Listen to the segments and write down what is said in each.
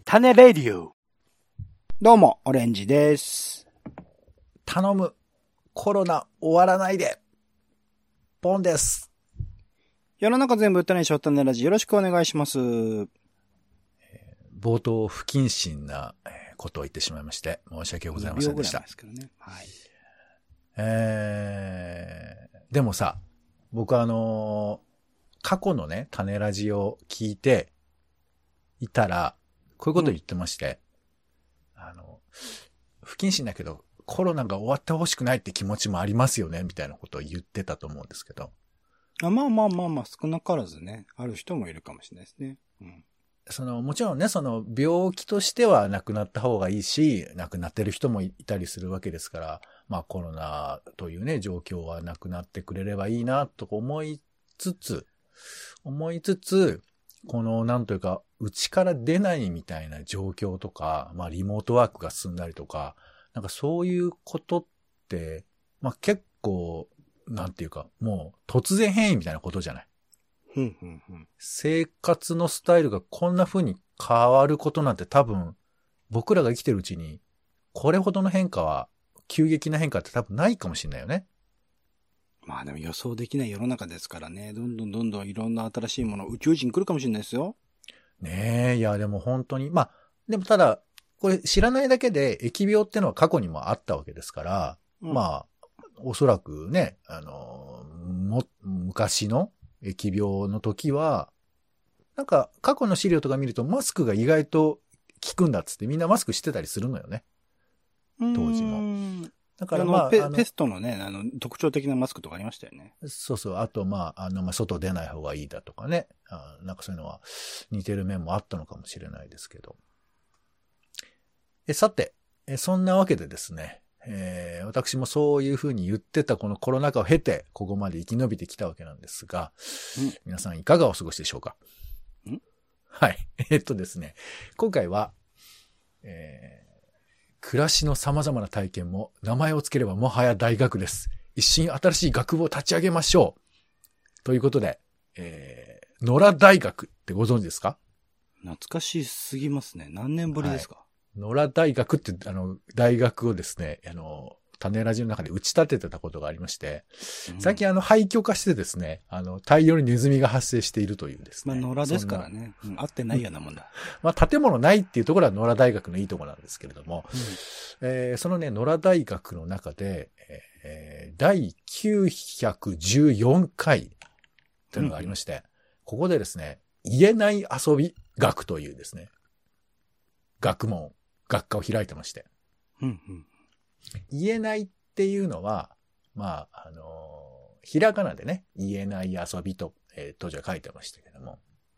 種レディオ。どうも、オレンジです。 頼む。コロナ終わらないで。ポンです。 世の中全部種にしよう種ラジよろしくお願いします。 冒頭不謹慎なことを言ってしまいまして申し訳ございませんでした。 ですけどね。はい。 でもさ、僕過去のね、種ラジを聞いていたら、こういうこと言ってまして、不謹慎だけど、コロナが終わってほしくないって気持ちもありますよね、みたいなことを言ってたと思うんですけど。 まあ、少なからずね、ある人もいるかもしれないですね。うん。 もちろんね、病気としてはなくなった方がいいし、亡くなってる人もいたりするわけですから、まあコロナというね、状況はなくなってくれればいいな、と思いつつ、なんというか、家から出ないみたいな状況とか、まあリモートワークが進んだりとか、なんかそういうことって、まあ結構、なんていうか、もう突然変異みたいなことじゃない。生活のスタイルがこんな風に変わることなんて多分、僕らが生きてるうちに、これほどの変化は、急激な変化って多分ないかもしれないよね。 まあでも予想できない世の中ですからね、どんどんいろんな新しいもの、宇宙人来るかもしれないですよ。 ねえ、いやでも本当に、まあ、でもただ、これ知らないだけで疫病ってのは過去にもあったわけですから、まあ、おそらくね、昔の疫病の時は、なんか過去の資料とか見るとマスクが意外と効くんだっつってみんなマスクしてたりするのよね。当時も。だからまあ、 ペストのね、特徴的なマスクとかありましたよね。 そうそう。あとまあ、外出ない方がいいだとかね。なんかそういうのは似てる面もあったのかもしれないですけど。さて、そんなわけでですね、私もそういうふうに言ってたこのコロナ禍を経て、ここまで生き延びてきたわけなんですが、皆さんいかがお過ごしでしょうか？はい。ですね、今回は、暮らしの様々な体験も名前をつければもはや大学です。一新新しい学部を立ち上げましょう。ということで、野良大学ってご存知ですか？ 懐かしすぎますね。何年ぶりですか？はい、 野良大学って大学をですね、種ラジの中で打ち立ててたことがありまして、最近廃墟化してですね、大量にネズミが発生しているというですね。 まあ野良ですからね。合ってないようなもんだ。 まあ建物ないっていうところは野良大学のいいところなんですけれども、そのね、野良大学の中で、第914回というのがありまして、ここでですね、言えない遊び学というですね、学科を開いてまして。言えないっていうのは、まあ、ひらがなでね、言えない遊びと、当時は書いてましたけども。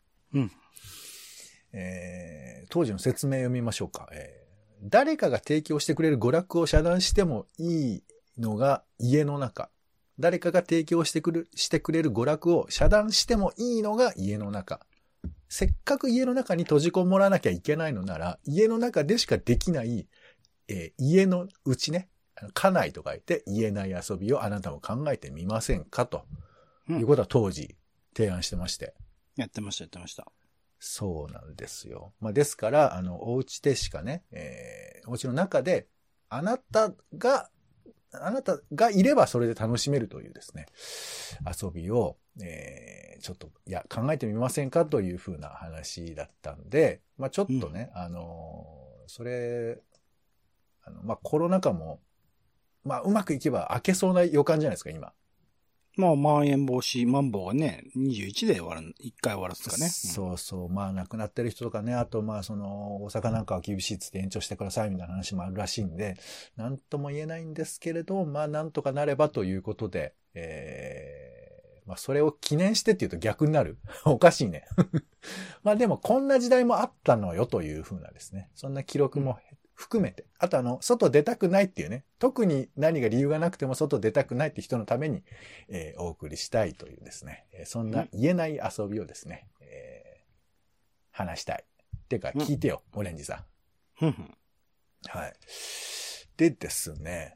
当時の説明を読みましょうか。誰かが提供してくれる娯楽を遮断してもいいのが家の中。誰かが提供してくれる娯楽を遮断してもいいのが家の中。せっかく家の中に閉じこもらなきゃいけないのなら、家の中でしかできない、家のうちね、家内と書いて言えない遊びをあなたも考えてみませんかと、いうことは当時提案してまして。 やってました。 そうなんですよ。まあ、ですから、お家でしかね、お家の中で、あなたがいればそれで楽しめるというですね、遊びを、ちょっと、考えてみませんかというふうな話だったんで、まあ、ちょっとね、それ、まあ、コロナ禍も、まあ、うまくいけば開けそうな予感じゃないですか、今。 まあ、まん延防止、マンボウがね、21で1回終わらすかね。 そうそう。まあ、亡くなってる人とかね、あと、まあ、大阪なんかは厳しいっつって延長してくださいみたいな話もあるらしいんで、なんとも言えないんですけれど、まあ、なんとかなればということで、まあ、それを記念してって言うと逆になる。おかしいね。まあ、でも、こんな時代もあったのよというふうなですね。そんな記録も含めて。あと外出たくないっていうね。特に何が理由がなくても外出たくないって人のために、お送りしたいというですね。そんな言えない遊びをですね、話したい。っていうか、聞いてよ、オレンジさん。はい。でですね、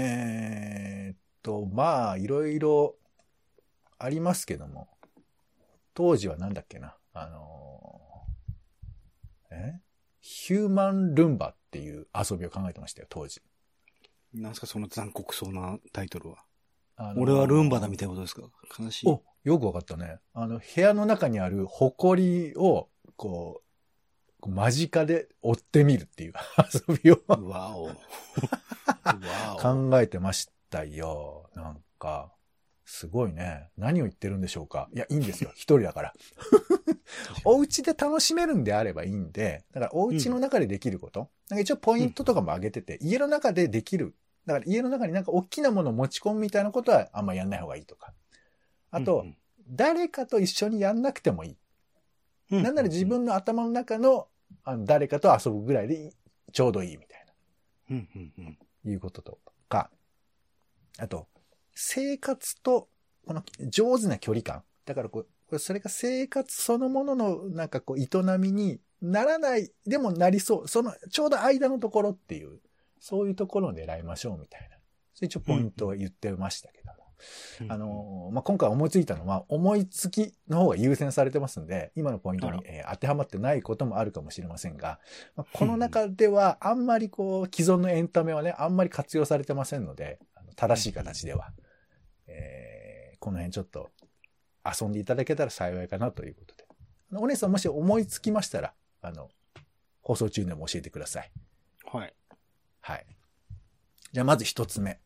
まあ、いろいろありますけども、当時はなんだっけな、 ヒューマンルンバっていう遊びを考えてましたよ、当時。 なんすか、その残酷そうなタイトルは。俺はルンバだみたいなことですか？悲しい。 お、よくわかったね。部屋の中にある埃を、こう、間近で追ってみるっていう遊びをわお。わお。 考えてましたよ。なんか、すごいね。何を言ってるんでしょうか。いや、いいんですよ。一人だから。お家で楽しめるんであればいいんで、だからお家の中でできること。なんか一応ポイントとかも上げてて、家の中でできる。だから家の中になんか大きなものを持ち込むみたいなことはあんまやんない方がいいとか。あと、誰かと一緒にやんなくてもいい。なんなら自分の頭の中の誰かと遊ぶぐらいでちょうどいいみたいな。いうこととか。あと、生活とこの上手な距離感。だからそれが生活そのもののなんか営みにならない、でもなりそう。そのちょうど間のところっていう、そういうところを狙いましょうみたいな。それ一応ポイントを言ってましたけども。今回思いついたのは思いつきの方が優先されてますんで、今のポイントに、当てはまってないこともあるかもしれませんが、この中ではあんまり既存のエンタメはね、あんまり活用されてませんので、正しい形では。この辺ちょっと遊んでいただけたら幸いかなということで。お姉さんもし思いつきましたら、放送中でも教えてください。 はい。 はい。じゃあまず一つ目。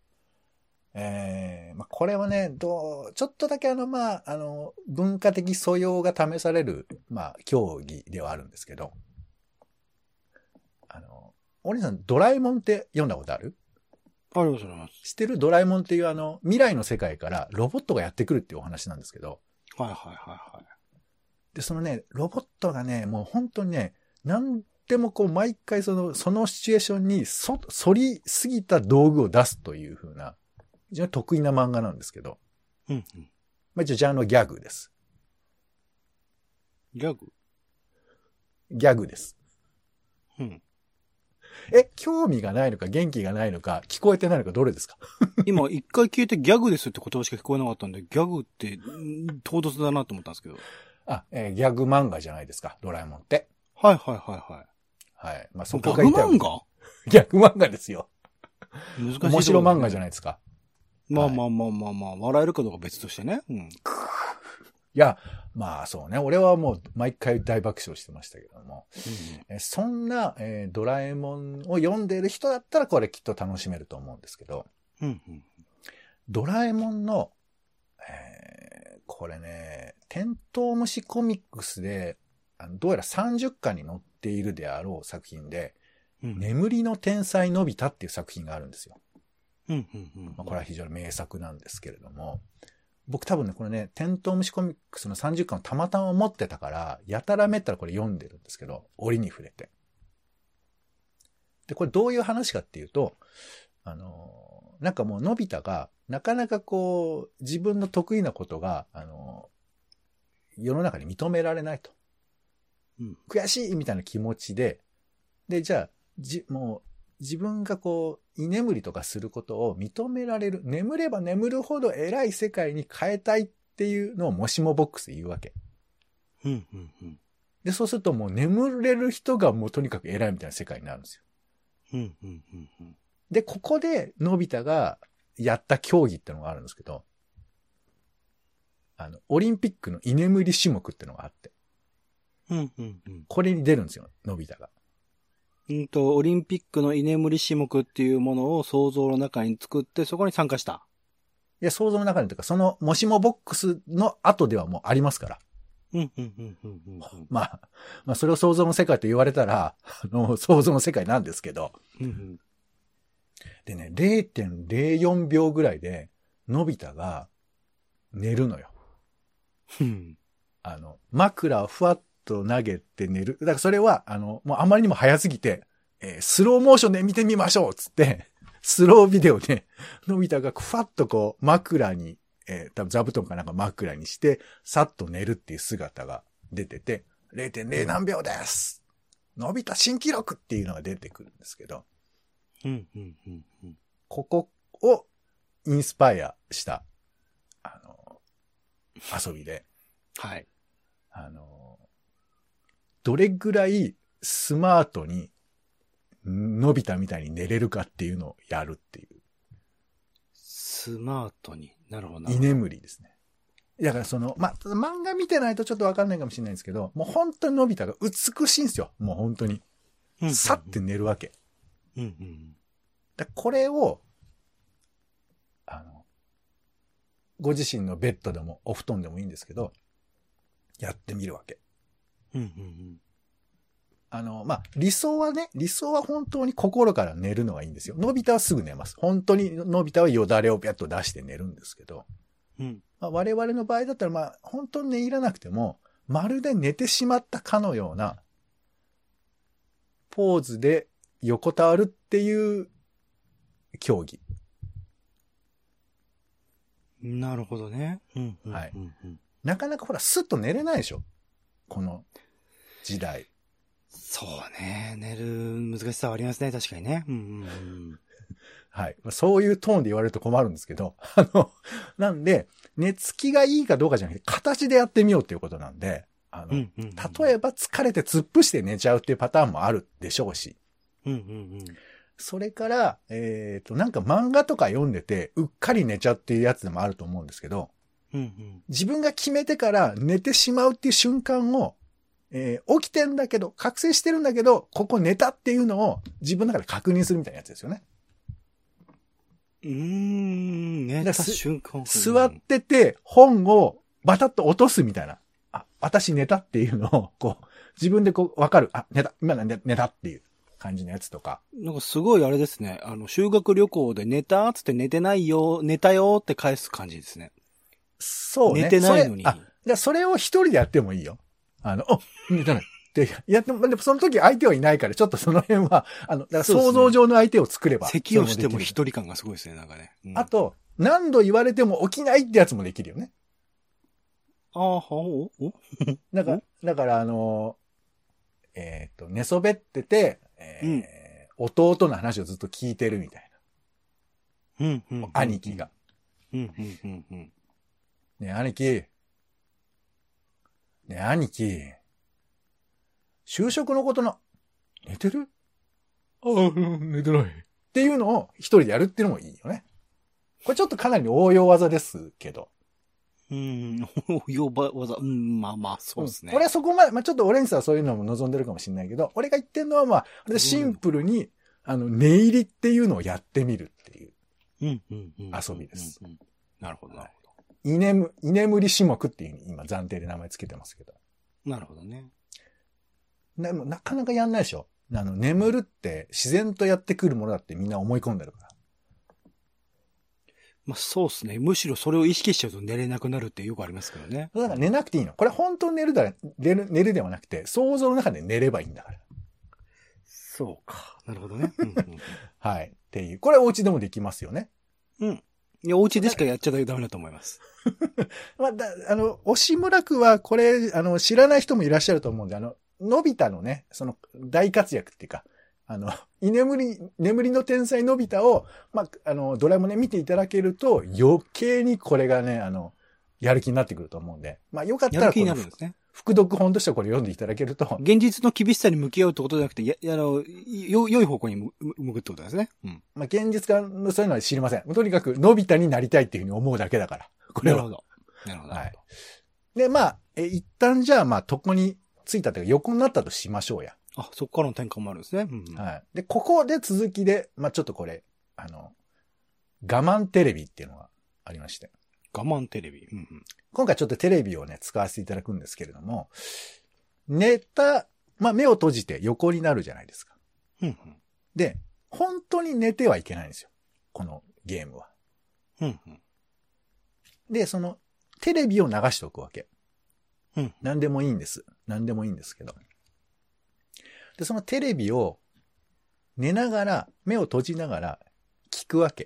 これはね、ちょっとだけ文化的素養が試される、競技ではあるんですけど、お姉さん、ドラえもんって読んだことある？ ありがとうございます。 知ってる？ドラえもんっていう未来の世界からロボットがやってくるっていうお話なんですけど。 はいはいはいはい。 で、そのね、ロボットがね、もう本当にね、なんでも毎回そのシチュエーションに反りすぎた道具を出すという風な、非常に得意な漫画なんですけど。一応ジャンルはギャグです。 ギャグ？ ギャグです。興味がないのか元気がないのか聞こえてないのかどれですか？ 今一回聞いてギャグですって言葉しか聞こえなかったんで、ギャグって唐突だなと思ったんですけど。 ギャグ漫画じゃないですか、ドラえもんって。 はいはいはいはい。 はい。 そこがギャグ漫画？ ギャグ漫画ですよ。 難しい、 面白漫画じゃないですか。 まあ、笑えるかどうか別としてね。 いや、そうね。俺はもう毎回大爆笑してましたけども。そんな、ドラえもんを読んでいる人だったらこれきっと楽しめると思うんですけど。ドラえもんの、これね、テントウムシコミックスで、どうやら30巻に載っているであろう作品で、眠りの天才のび太っていう作品があるんですよ。これは非常に名作なんですけれども、僕多分ね、これね、テントウムシコミックスの30巻をたまたま持ってたから、やたらめったらこれ読んでるんですけど、折に触れて。で、これどういう話かっていうと、なんかもうのび太が、なかなか自分の得意なことが、世の中に認められないと。悔しいみたいな気持ちで、じゃあ、もう、自分が居眠りとかすることを認められる。眠れば眠るほど偉い世界に変えたいっていうのをもしもボックスで言うわけ。で、そうするともう眠れる人がもうとにかく偉いみたいな世界になるんですよ。で、ここでのび太がやった競技ってのがあるんですけど、オリンピックの居眠り種目ってのがあって、これに出るんですよ、のび太が。 オリンピックの居眠り種目っていうものを想像の中に作ってそこに参加した。 いや、想像の中にというか、そのもしもボックスの後ではもうありますから。それを想像の世界と言われたら、想像の世界なんですけど。でね、0.04 秒ぐらいで、のび太が寝るのよ。枕をふわっと投げて寝る。だからそれは、もうあまりにも早すぎて、スローモーションで見てみましょうつって、スロービデオで、のび太がふわっと枕に、多分座布団かなんか枕にして、さっと寝るっていう姿が出てて、0.0 何秒ですのび太新記録っていうのが出てくるんですけど、ここをインスパイアした、遊びで、 はい。 どれぐらいスマートにのび太みたいに寝れるかっていうのをやるっていう。 スマートに。なるほど。 居眠りですね。だから漫画見てないとちょっとわかんないかもしれないんですけど、もう本当にのび太が美しいんですよ。もう本当に。さって寝るわけ。これを、ご自身のベッドでもお布団でもいいんですけど、やってみるわけ。理想は本当に心から寝るのがいいんですよ。のび太はすぐ寝ます。本当にのび太はよだれをピャッと出して寝るんですけど、我々の場合だったら本当に寝入らなくても、まるで寝てしまったかのようなポーズで横たわるっていう競技。 なるほどね。 はい。なかなかほら、スッと寝れないでしょ、この時代。 そうね。寝る難しさはありますね。確かにね。 はい。そういうトーンで言われると困るんですけど、なんで、寝つきがいいかどうかじゃなくて、形でやってみようっていうことなんで、例えば疲れて突っ伏して寝ちゃうっていうパターンもあるでしょうし。それから、なんか漫画とか読んでて、うっかり寝ちゃうっていうやつでもあると思うんですけど、自分が決めてから寝てしまうっていう瞬間を、起きてんだけど、覚醒してるんだけど、ここ寝たっていうのを自分の中で確認するみたいなやつですよね。 寝た瞬間。 座ってて、本をバタッと落とすみたいな。私寝たっていうのを、自分でわかる。寝た。今寝たっていう感じのやつとか。 なんかすごいあれですね。修学旅行で寝たつって寝てないよ、寝たよって返す感じですね。 そうね。 寝てないのに。 それを一人でやってもいいよ。寝てない。で、やっても、でもその時相手はいないから、ちょっとその辺は、だから想像上の相手を作れば。 咳をしても一人感がすごいですね、なんかね。 あと、何度言われても起きないってやつもできるよね。だから寝そべってて、弟の話をずっと聞いてるみたいな。兄貴が。ねえ、兄貴。ねえ、兄貴。就職のこと寝てる？寝てない。っていうのを一人でやるっていうのもいいよね。これちょっとかなり応用技ですけど。 応用技、そうですね。 俺はそこまで、ちょっとオレンジさんはそういうのも望んでるかもしれないけど、俺が言ってるのはシンプルに、寝入りっていうのをやってみるっていう遊びです。 なるほど、なるほど。 居眠り種目っていう風に今暫定で名前つけてますけど。 なるほどね。 なかなかやんないでしょ。眠るって自然とやってくるものだってみんな思い込んでるから。 そうですね。むしろそれを意識しちゃうと寝れなくなるってよくありますけどね。 だから寝なくていいの。これ本当に寝るではなくて、想像の中で寝ればいいんだから。 そうか。なるほどね。 はい。っていう。これお家でもできますよね。 いや、お家でしかやっちゃダメだと思います。 押村区はこれ、知らない人もいらっしゃると思うんで、のび太のね、その大活躍っていうか、眠りの天才のび太を、ドラえもんね見ていただけると、余計にこれがね、やる気になってくると思うんで、よかったら、副読本としてはこれ読んでいただけると。 現実の厳しさに向き合うってことじゃなくて、良い方向に向くってことですね。 現実化のそういうのは知りません。とにかく、のび太になりたいっていうふうに思うだけだから。これは。 なるほど。 はい。で、一旦じゃあ、床についたというか、横になったとしましょうや。 そこからの転換もあるんですね。 はい。で、ここで続きで、ちょっとこれ、我慢テレビっていうのがありまして。 我慢テレビ。 今回ちょっとテレビをね、使わせていただくんですけれども、寝た、目を閉じて横になるじゃないですか。で、本当に寝てはいけないんですよ。このゲームは。で、その、テレビを流しておくわけ。何でもいいんです。何でもいいんですけど。で、そのテレビを寝ながら、目を閉じながら聞くわけ。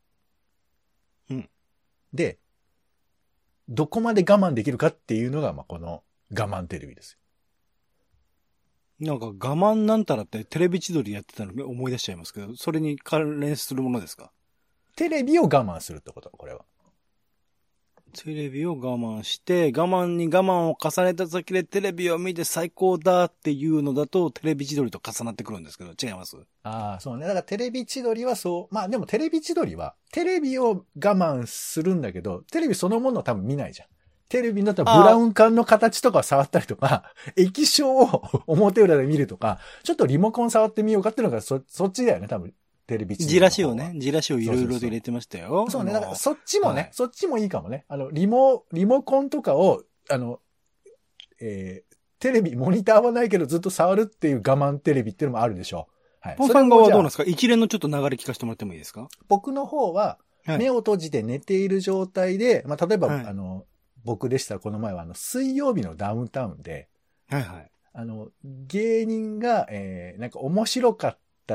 で、どこまで我慢できるかっていうのが、この我慢テレビですよ。なんか我慢なんたらってテレビ千鳥やってたの思い出しちゃいますけど、それに関連するものですか？ テレビを我慢するってこと、これは。 テレビを我慢して、我慢に我慢を重ねた先でテレビを見て最高だっていうのだと、テレビ千鳥と重なってくるんですけど、違います？ ああ、そうね。だからテレビ千鳥はそう、まあでもテレビ千鳥は、テレビを我慢するんだけど、テレビそのものを多分見ないじゃん。テレビのブラウン管の形とか触ったりとか、液晶を表裏で見るとか、ちょっとリモコン触ってみようかっていうのがそっちだよね、多分。テレビ千鳥。 じらしをね、じらしをいろいろと入れてましたよ。 そうね。だからそっちもね、はい、そっちもいいかもね。リモコンとかを、テレビ、モニターはないけどずっと触るっていう我慢テレビっていうのもあるでしょう。はい。 ポンさん側はどうなんですか？一連のちょっと流れ聞かせてもらってもいいですか？ 僕の方は、目を閉じて寝ている状態で、まあ、例えば、はい、僕でしたらこの前は水曜日のダウンタウンで、 はいはい。 芸人が、なんか面白かった、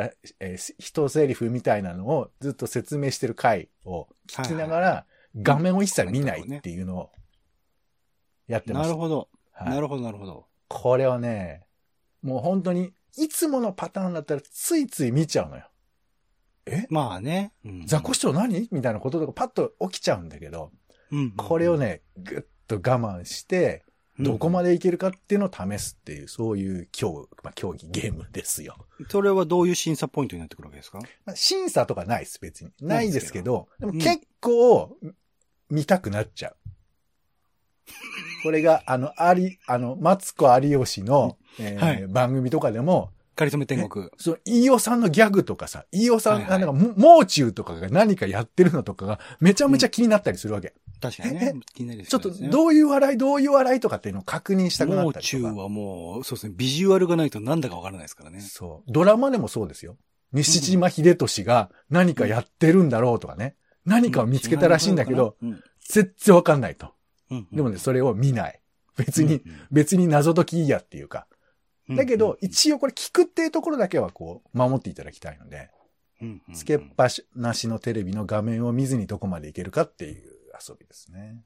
一セリフみたいなのをずっと説明してる回を聞きながら、はいはい、画面を一切見ないっていうのをやってます。 なるほど。 はい、 なるほど、なるほど。 これはね、もう本当に、いつものパターンだったらついつい見ちゃうのよ。 まあね。 ザコシショウ何みたいなこととかパッと起きちゃうんだけど、これをね、ぐっと我慢して、どこまでいけるかっていうのを試すっていう、そういう競技、ゲームですよ。 それはどういう審査ポイントになってくるわけですか？ 審査とかないです、別に。ないですけど、でも結構見たくなっちゃう。これが、マツコ有吉の、はい、番組とかでも、 かりそめ天国。 そう、飯尾さんのギャグとかさ、飯尾さんがなんか、もう中とかが何かやってるのとかが、めちゃめちゃ気になったりするわけ。 確かにね。気になりですね。ちょっと、どういう笑いとかっていうのを確認したくなったりとか。 もう中はもう、そうですね、ビジュアルがないとなんだかわからないですからね。 そう。ドラマでもそうですよ。西島秀俊が何かやってるんだろうとかね。何かを見つけたらしいんだけど、全然わかんないと。でもね、それを見ない。別に謎解きいいやっていうか。だけど、一応これ聞くっていうところだけはこう、守っていただきたいので、つけっぱなしのテレビの画面を見ずにどこまでいけるかっていう遊びですね。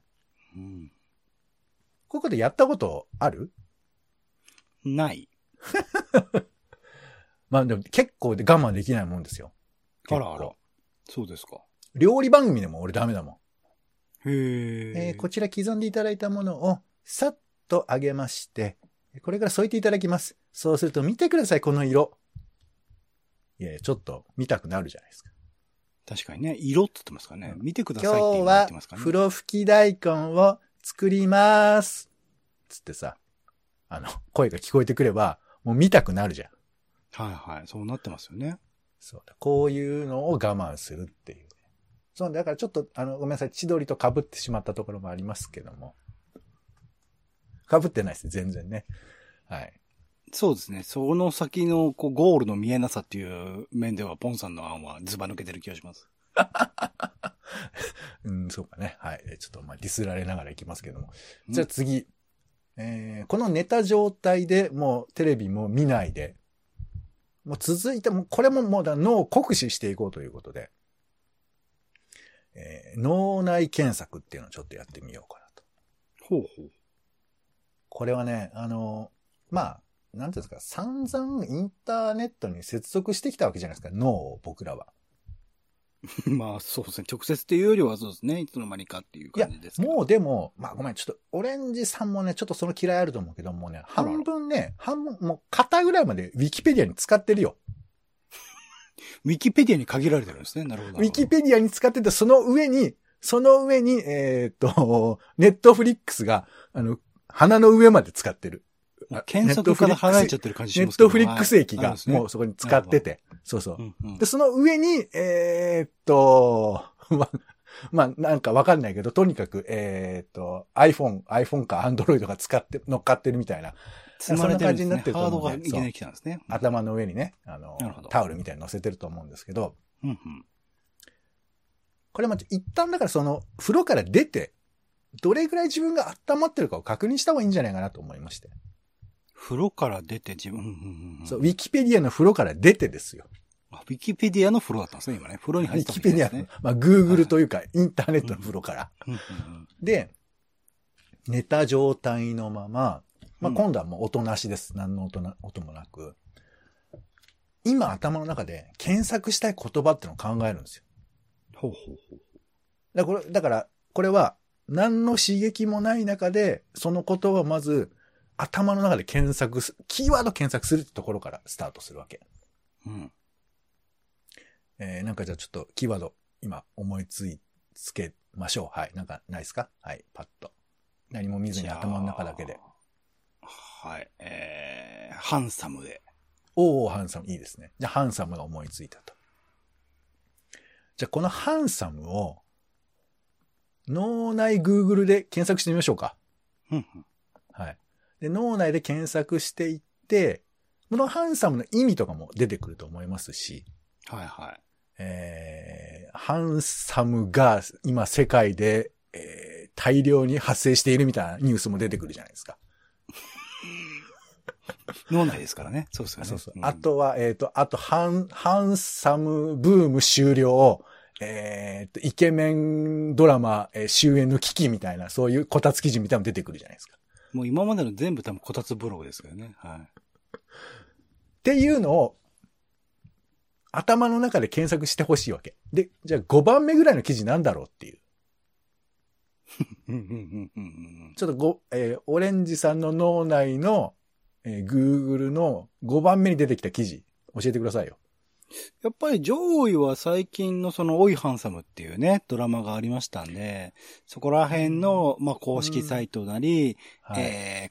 ここでやったことある？ ない。 まあでも結構で我慢できないもんですよ。 あらあら。そうですか。 料理番組でも俺ダメだもへん。こちら刻んでいただいたものをさっと揚げまして、これから添えていただきます。そうすると見てください、この色。いやいや、ちょっと見たくなるじゃないですか。 確かにね、色って言ってますからね。見てくださいって言ってますからね。 今日は、風呂吹き大根を作ります。つってさ、声が聞こえてくれば、もう見たくなるじゃん。 はいはい。そうなってますよね。 そうだ。こういうのを我慢するっていう、ね。そう、だからちょっと、ごめんなさい。千鳥と被ってしまったところもありますけども。被ってないです。全然ね。はい。 そうですね。その先のゴールの見えなさっていう面では、ポンさんの案はズバ抜けてる気がします。 そうかね。はい。ちょっとディスられながらいきますけども。じゃあ次。この寝た状態でもうテレビも見ないで、もう続いても、これももう脳を酷使していこうということで、脳内検索っていうのをちょっとやってみようかなと。 ほうほう。 これはね、まあ、なんていうんですか、散々インターネットに接続してきたわけじゃないですか、脳を僕らは。 まあそうですね。直接っていうよりはそうですね。いつの間にかっていう感じですけど。 いや、もうでも、まあごめん、ちょっと、オレンジさんもね、ちょっとその嫌いあると思うけどもね、半分、もう肩ぐらいまでウィキペディアに使ってるよ。 ウィキペディアに限られてるんですね。なるほど。 ウィキペディアに使ってて、その上に、ネットフリックスが、鼻の上まで使ってる。 検索から離れちゃってる感じしますけど。 ネットフリックス駅がもうそこに使ってて。そうそう。で、その上に、まあ、なんかわかんないけど、とにかく、iPhone か Android が乗っかってるみたいな。そんな感じになってると思う、ね。 ハードがいきなり来たんですね。 頭の上にね、タオルみたいに乗せてると思うんですけど。これも一旦だから風呂から出て、どれぐらい自分が温まってるかを確認した方がいいんじゃないかなと思いまして。 風呂から出て自分、 そう、ウィキペディアの風呂から出てですよ。 ウィキペディアの風呂だったんですね、今ね。風呂に入ったんですね。 ウィキペディアの、Google というか、インターネットの風呂から。で、寝た状態のまま、今度はもう音なしです。何の音もなく。今頭の中で検索したい言葉ってのを考えるんですよ。 ほうほうほう。 だから、これは、 何の刺激もない中で、そのことをまず頭の中で検索す、キーワード検索するってところからスタートするわけ。 うん。 なんかじゃあちょっとキーワード今思いつけましょう。はい。なんかないですか？はい。パッと。何も見ずに頭の中だけで。 はい。ハンサムで。 おー、ハンサム。いいですね。じゃあハンサムが思いついたと。じゃあこのハンサムを脳内 Google で検索してみましょうか。はい。で、脳内で検索していって、このハンサムの意味とかも出てくると思いますし、 はいはい。 ハンサムが今世界で、大量に発生しているみたいなニュースも出てくるじゃないですか。 脳内ですからね。そうですよね。 そうそう。あとは、あとハンサムブーム終了、イケメンドラマ、終焉の危機みたいな、そういうこたつ記事みたいなのも出てくるじゃないですか。 もう今までの全部多分こたつブログですけどね。はい。 っていうのを、頭の中で検索してほしいわけ。で、じゃあ5番目ぐらいの記事なんだろうっていう。ちょっとオレンジさんの脳内の、Google の5番目に出てきた記事、教えてくださいよ。 やっぱり上位は最近のそのおいハンサムっていうね、ドラマがありましたんで、そこら辺の、まあ、公式サイトなり、 はい、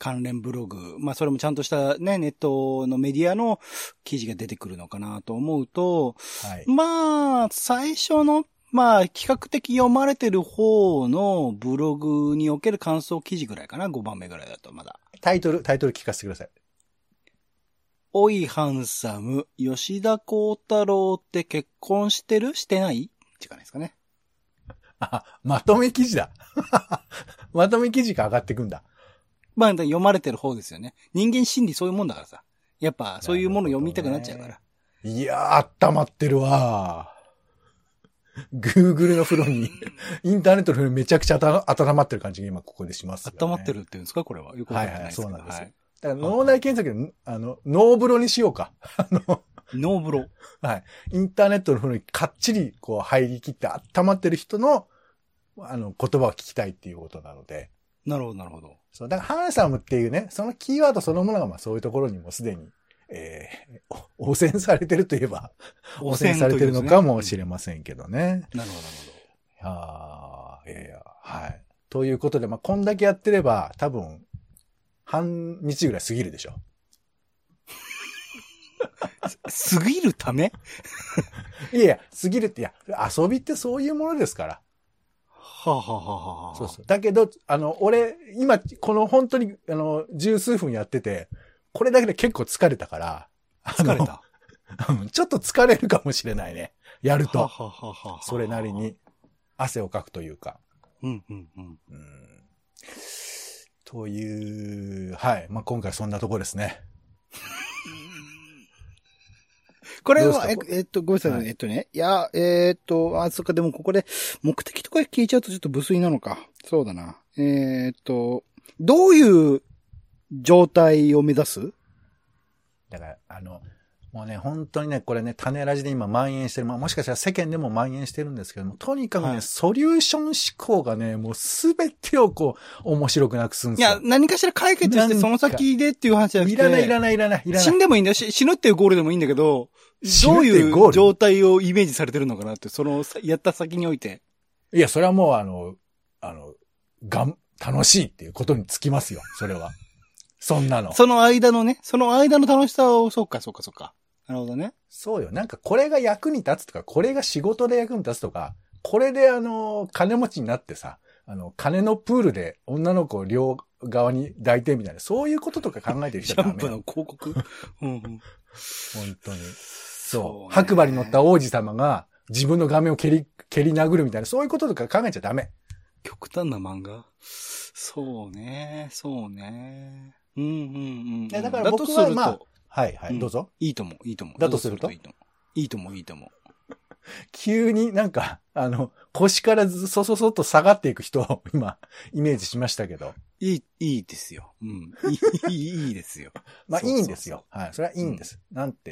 関連ブログ、まあ、それもちゃんとしたね、ネットのメディアの記事が出てくるのかなと思うと、 はい、 まあ、最初の、まあ、比較的読まれてる方のブログにおける感想記事ぐらいかな、5番目ぐらいだとまだ。 タイトル聞かせてください。 おいハンサム、吉田鋼太郎って結婚してる？してない？っていうかですかね。 あ、まとめ記事だ。まとめ記事が上がってくんだ。 まあ、読まれてる方ですよね。人間心理そういうもんだからさ。やっぱ、そういうもの読みたくなっちゃうから。 いやー、温まってるわー。Google の風呂に、インターネットの風呂にめちゃくちゃ温まってる感じが今ここでしますよね。 温まってるっていうんですかこれは。よくわかんないですけど。 はいはい、そうなんですよ。はい、だから脳内検索で、ノーブロにしようか。 ノーブロ。 はい。インターネットの風呂にかっちりこう入りきって温まってる人の、言葉を聞きたいっていうことなので。 なるほど、なるほど。 そう、だからハンサムっていうね、そのキーワードそのものがまあそういうところにもすでに、汚染されてるといえば、汚染されてるのかもしれませんけどね。 なるほど、なるほど。いや、はい。ということで、まあ、こんだけやってれば、多分、半日ぐらい過ぎるでしょ。 過ぎるためいや、過ぎるって、いや、遊びってそういうものですから。 はあ、はあはあはあ、 そうそう。だけど、俺、今、この本当に、十数分やってて、これだけで結構疲れたから、 疲れたちょっと疲れるかもしれないね。やると。 ははははそれなりに汗をかくというか。 うんうんうん。 という、はい。まあ、今回そんなとこですね。 これは、ごめんなさい、 はい、 ね。いや、そっか、でもここで目的とか聞いちゃうとちょっと無粋なのか。そうだな。どういう状態を目指す？ だから、もうね、本当にね、これね、種ラジで今蔓延してる。まあ、もしかしたら世間でも蔓延してるんですけども、とにかくね、はい、ソリューション思考がね、もうすべてをこう、面白くなくすんですよ。 いや、何かしら解決してその先でっていう話じゃなくて。 いらない。 死んでもいいんだよ。死ぬっていうゴールでもいいんだけど、どういう状態をイメージされてるのかなって、その、やった先において。 いや、それはもう楽しいっていうことにつきますよ、それは。そんなの。 その間の楽しさを、そうか。なるほどね。 そうよ。なんかこれが役に立つとか、これが仕事で役に立つとか、これで金持ちになってさ、金のプールで女の子を両側に抱いてみたいな、そういうこととか考えてる人はダメ。 シャンプーの広告うん、 本当に。そう。白馬に乗った王子様が自分の顔面を蹴り殴るみたいな、そういうこととか考えちゃダメ。 極端な漫画？そうね。うん。 だから僕はまあ、はい、どうぞ。 いいと思う。 だとするといいと思う。 急になんか、腰からそっと下がっていく人を今、イメージしましたけど。 いいですよ。うん。いいですよ。 まあいいんですよ。はい。それはいいんです。なんてね、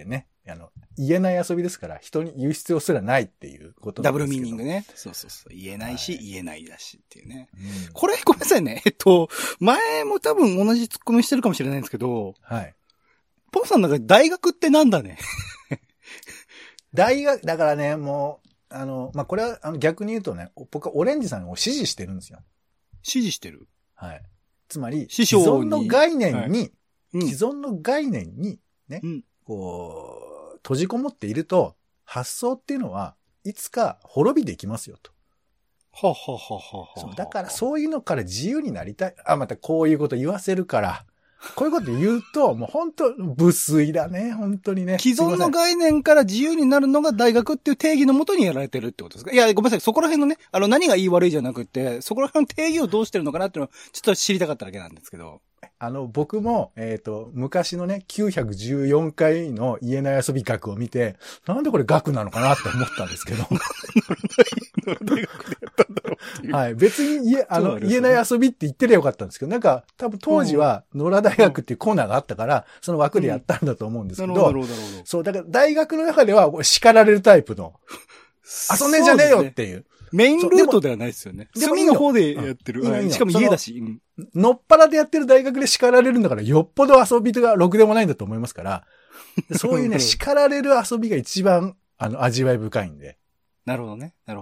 言えない遊びですから、人に言う必要すらないっていうことなんですけど。 ダブルミーニングね。そうそうそう。言えないし、はい、言えないだしっていうね。 うん、 これ、ごめんなさいね。前も多分同じツッコミしてるかもしれないんですけど、 はい。 ポンさんの中で大学ってなんだね。 大学、だからね、もう、まあ、これは、逆に言うとね、僕はオレンジさんを支持してるんですよ。 支持してる？ はい。つまり、 既存の概念に、 はいうん、 既存の概念に、ね、 うん、 こう、閉じこもっていると、発想っていうのは、いつか滅びていきますよと。 ははははは。 だからそういうのから自由になりたい。あ、またこういうこと言わせるから。こういうこと言うと、もう本当無粋だね、本当にね。 既存の概念から自由になるのが大学っていう定義のもとにやられてるってことですか？いや、ごめんなさい。そこら辺のね、何がいい悪いじゃなくて、そこら辺の定義をどうしてるのかなっていうのを、ちょっと知りたかっただけなんですけど。 僕も、昔のね、914回の言えない遊び学を見て、なんでこれ学なのかなって思ったんですけど。 大学でやったんだろうっていう。 はい。別に言えない遊びって言ってりゃよかったんですけど、なんか、多分当時は、野良大学っていうコーナーがあったから、その枠でやったんだと思うんですけど、 なるほど。 そう、だから大学の中では叱られるタイプの、遊んでんじゃねえよっていう。 メインルートではないですよね。隅の方でやってる。しかも家だし。 のっぱらでやってる大学で叱られるんだから、よっぽど遊びがろくでもないんだと思いますから、そういうね、叱られる遊びが一番、味わい深いんで。 なるほどね。はい。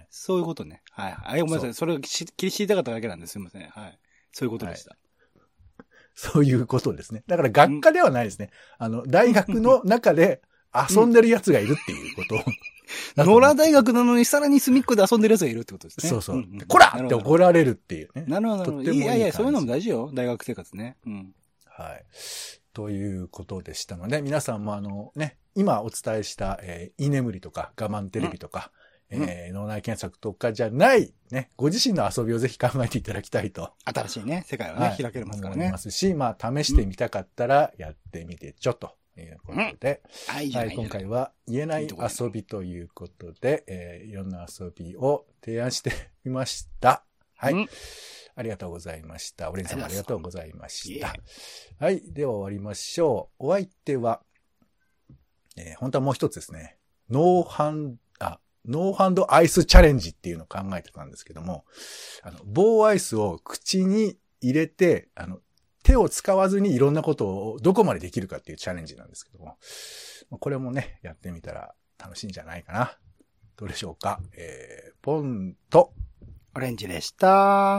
そういうことね。はい。ごめんなさい。それを知りたかっただけなんです。すみません。はい。そういうことでした。 そういうことですね。だから学科ではないですね。大学の中で遊んでる奴がいるっていうことを。 野良大学なのにさらに隅っこで遊んでる奴がいるってことですね。 そう。こらって怒られるっていうね。 なるほど。いや、そういうのも大事よ。大学生活ね。うん。 はい。ということでしたので、皆さんもね、今お伝えした、居眠りとか我慢テレビとか、脳内検索とかじゃない、ね、ご自身の遊びをぜひ考えていただきたいと。 新しいね、世界はね、開けますからね。 思いますし、まあ、試してみたかったらやってみてちょっと。ということで、はい、今回は言えない遊びということで、いろんな遊びを提案してみました。はい。ありがとうございました。オレンジさんもありがとうございました。はい。では終わりましょう。お相手は、本当はもう一つですね。ノーハンドアイスチャレンジっていうのを考えてたんですけども、棒アイスを口に入れて、手を使わずにいろんなことをどこまでできるかっていうチャレンジなんですけども、これもね、やってみたら楽しいんじゃないかな。どうでしょうか。ポンと、 オレンジでした。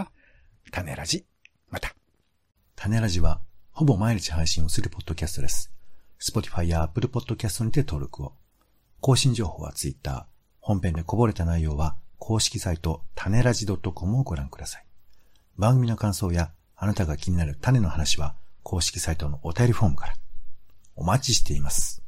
種ラジ、また。種ラジは、ほぼ毎日配信をするポッドキャストです。Spotify や Apple Podcast にて登録を。更新情報は Twitter。本編でこぼれた内容は、公式サイト、種ラジ .com をご覧ください。番組の感想や、あなたが気になる種の話は、公式サイトのお便りフォームから。お待ちしています。